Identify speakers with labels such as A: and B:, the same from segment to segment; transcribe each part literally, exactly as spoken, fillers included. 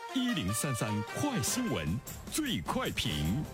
A: 一零三三快新闻，最快评。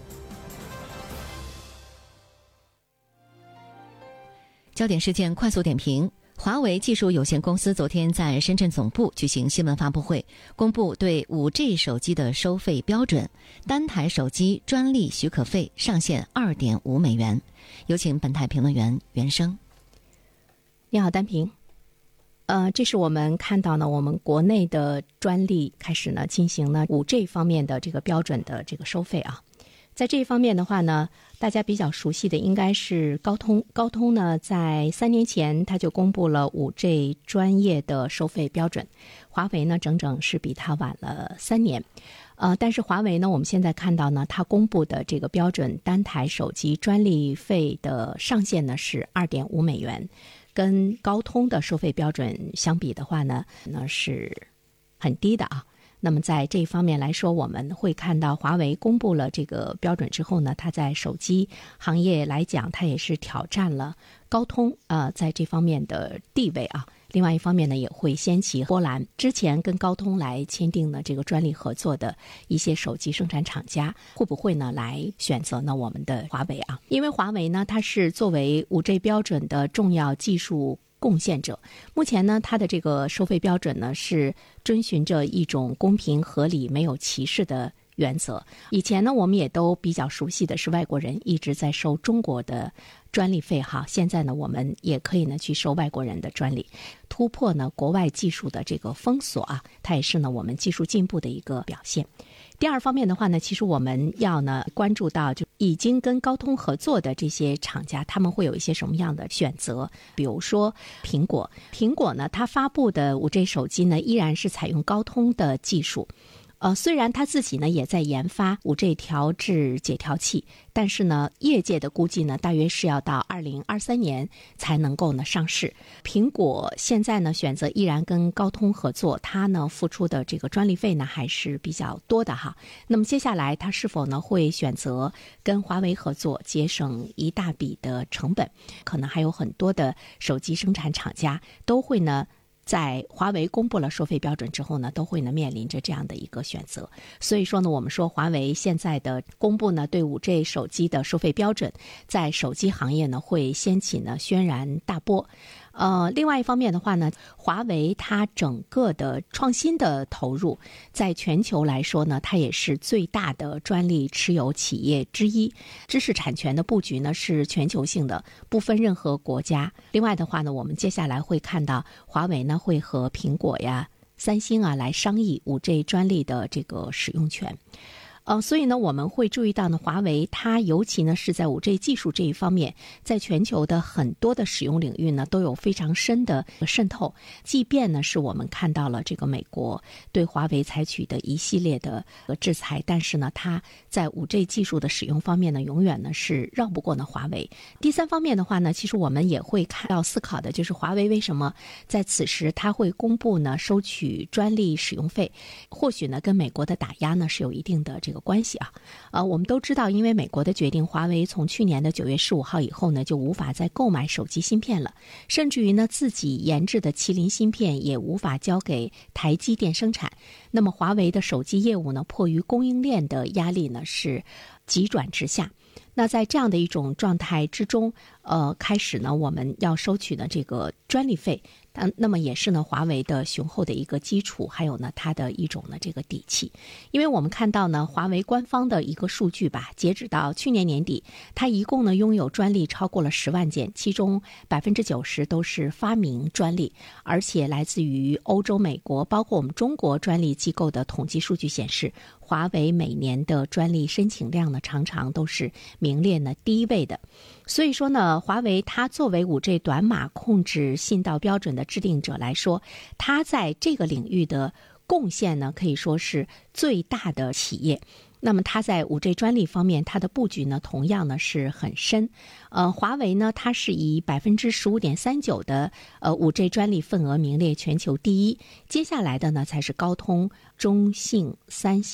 B: 焦点事件快速点评。华为技术有限公司昨天在深圳总部举行新闻发布会，公布对 五 G 手机的收费标准，单台手机专利许可费上限 二点五美元。有请本台评论员袁生。
C: 你好，单平。呃，这是我们看到呢，我们国内的专利开始呢进行呢 五 G 方面的这个标准的这个收费啊。在这一方面的话呢，大家比较熟悉的应该是高通。高通呢，在三年前它就公布了 五 G 专业的收费标准，华为呢整整是比它晚了三年。呃，但是华为呢，我们现在看到呢，它公布的这个标准单台手机专利费的上限呢是 二点五美元，跟高通的收费标准相比的话呢，那是很低的啊。那么在这一方面来说，我们会看到华为公布了这个标准之后呢，它在手机行业来讲，它也是挑战了高通呃在这方面的地位啊。另外一方面呢，也会掀起波兰之前跟高通来签订的这个专利合作的一些手机生产厂家，会不会呢来选择呢我们的华为啊？因为华为呢，它是作为 五 G 标准的重要技术贡献者，目前呢，它的这个收费标准呢是遵循着一种公平、合理、没有歧视的原则。以前呢，我们也都比较熟悉的是外国人一直在收中国的专利费哈，现在呢，我们也可以呢去收外国人的专利，突破呢国外技术的这个封锁啊，它也是呢我们技术进步的一个表现。第二方面的话呢，其实我们要呢关注到，就已经跟高通合作的这些厂家，他们会有一些什么样的选择？比如说苹果，苹果呢，它发布的 五 G 手机呢，依然是采用高通的技术。呃，虽然他自己呢也在研发 五 G 调制解调器，但是呢，业界的估计呢，大约是要到二零二三年才能够呢上市。苹果现在呢选择依然跟高通合作，它呢付出的这个专利费呢还是比较多的哈。那么接下来它是否呢会选择跟华为合作，节省一大笔的成本？可能还有很多的手机生产厂家都会呢，在华为公布了收费标准之后呢，都会呢面临着这样的一个选择。所以说呢，我们说华为现在的公布呢，对 五 G 手机的收费标准，在手机行业呢会掀起呢轩然大波。呃，另外一方面的话呢，华为它整个的创新的投入，在全球来说呢，它也是最大的专利持有企业之一。知识产权的布局呢是全球性的，不分任何国家。另外的话呢，我们接下来会看到华为呢会和苹果呀、三星啊来商议 五 G 专利的这个使用权。呃，所以呢，我们会注意到呢，华为它尤其呢是在 五 G 技术这一方面，在全球的很多的使用领域呢，都有非常深的渗透。即便呢是我们看到了这个美国对华为采取的一系列的制裁，但是呢，它在 五 G 技术的使用方面呢，永远呢是绕不过呢华为。第三方面的话呢，其实我们也会看到思考的就是华为为什么在此时它会公布呢收取专利使用费，或许呢跟美国的打压呢是有一定的这个。这个关系啊，呃，我们都知道，因为美国的决定，华为从去年的九月十五号以后呢，就无法再购买手机芯片了，甚至于呢，自己研制的麒麟芯片也无法交给台积电生产。那么，华为的手机业务呢，迫于供应链的压力呢，是急转直下。那在这样的一种状态之中，呃，开始呢，我们要收取的这个专利费，但那么也是呢，华为的雄厚的一个基础，还有呢，它的一种呢这个底气。因为我们看到呢，华为官方的一个数据吧，截止到去年年底，它一共呢拥有专利超过了十万件，其中百分之九十都是发明专利，而且来自于欧洲、美国，包括我们中国专利机构的统计数据显示，华为每年的专利申请量呢，常常都是名列呢第一位的。所以说呢，华为它作为 五 G 短码控制信道标准的制定者来说，它在这个领域的贡献呢，可以说是最大的企业。那么它在 五 G 专利方面，它的布局呢，同样呢是很深。呃，华为呢，它是以百分之十五点三九的呃 五 G 专利份额名列全球第一，接下来的呢才是高通、中信、三星。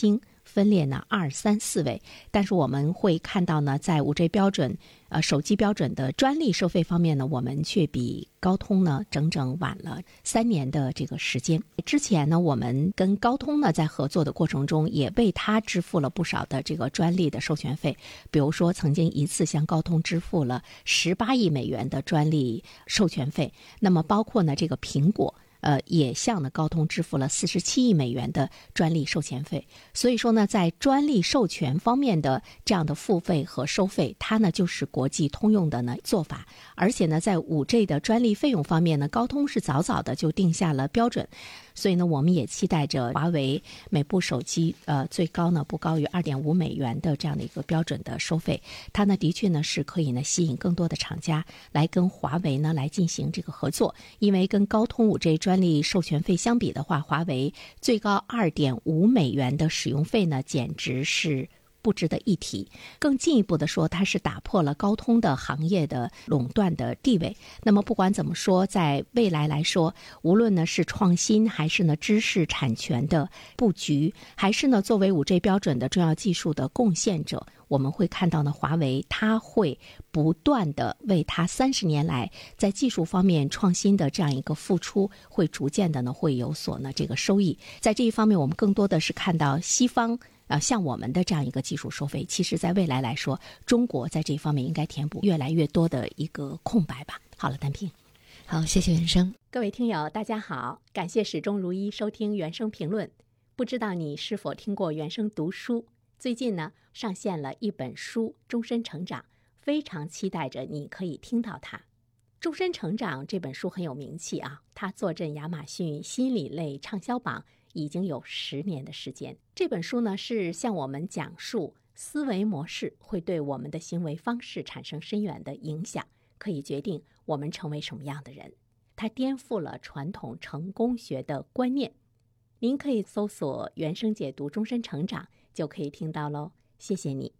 C: 分列呢二三四位，但是我们会看到呢，在 五 G 标准呃手机标准的专利收费方面呢，我们却比高通呢整整晚了三年的这个时间。之前呢，我们跟高通呢在合作的过程中，也为它支付了不少的这个专利的授权费，比如说曾经一次向高通支付了十八亿美元的专利授权费，那么包括呢这个苹果呃，也向呢高通支付了四十七亿美元的专利授权费。所以说呢，在专利授权方面的这样的付费和收费，它呢就是国际通用的呢做法。而且呢，在 五 G 的专利费用方面呢，高通是早早的就定下了标准。所以呢，我们也期待着华为每部手机呃最高呢不高于 二点五美元的这样的一个标准的收费。它呢的确呢是可以呢吸引更多的厂家来跟华为呢来进行这个合作，因为跟高通 五 G 专利授权费相比的话，华为最高 二点五美元的使用费呢简直是不值得一提。更进一步的说，它是打破了高通的行业的垄断的地位。那么不管怎么说，在未来来说，无论呢是创新，还是呢知识产权的布局，还是呢作为 五 G 标准的重要技术的贡献者，我们会看到呢华为它会不断的为它三十年来在技术方面创新的这样一个付出，会逐渐的呢会有所呢这个收益。在这一方面，我们更多的是看到西方呃，像我们的这样一个技术收费，其实在未来来说，中国在这一方面应该填补越来越多的一个空白吧。好了，单评。
B: 好，谢谢原生。
C: 各位听友大家好，感谢始终如一收听原声评论。不知道你是否听过原声读书，最近呢上线了一本书《终身成长》，非常期待着你可以听到它。《终身成长》这本书很有名气啊，它坐镇亚马逊心理类畅销榜已经有十年的时间。这本书呢是向我们讲述思维模式会对我们的行为方式产生深远的影响，可以决定我们成为什么样的人。它颠覆了传统成功学的观念。您可以搜索原声解读终身成长就可以听到喽，谢谢你。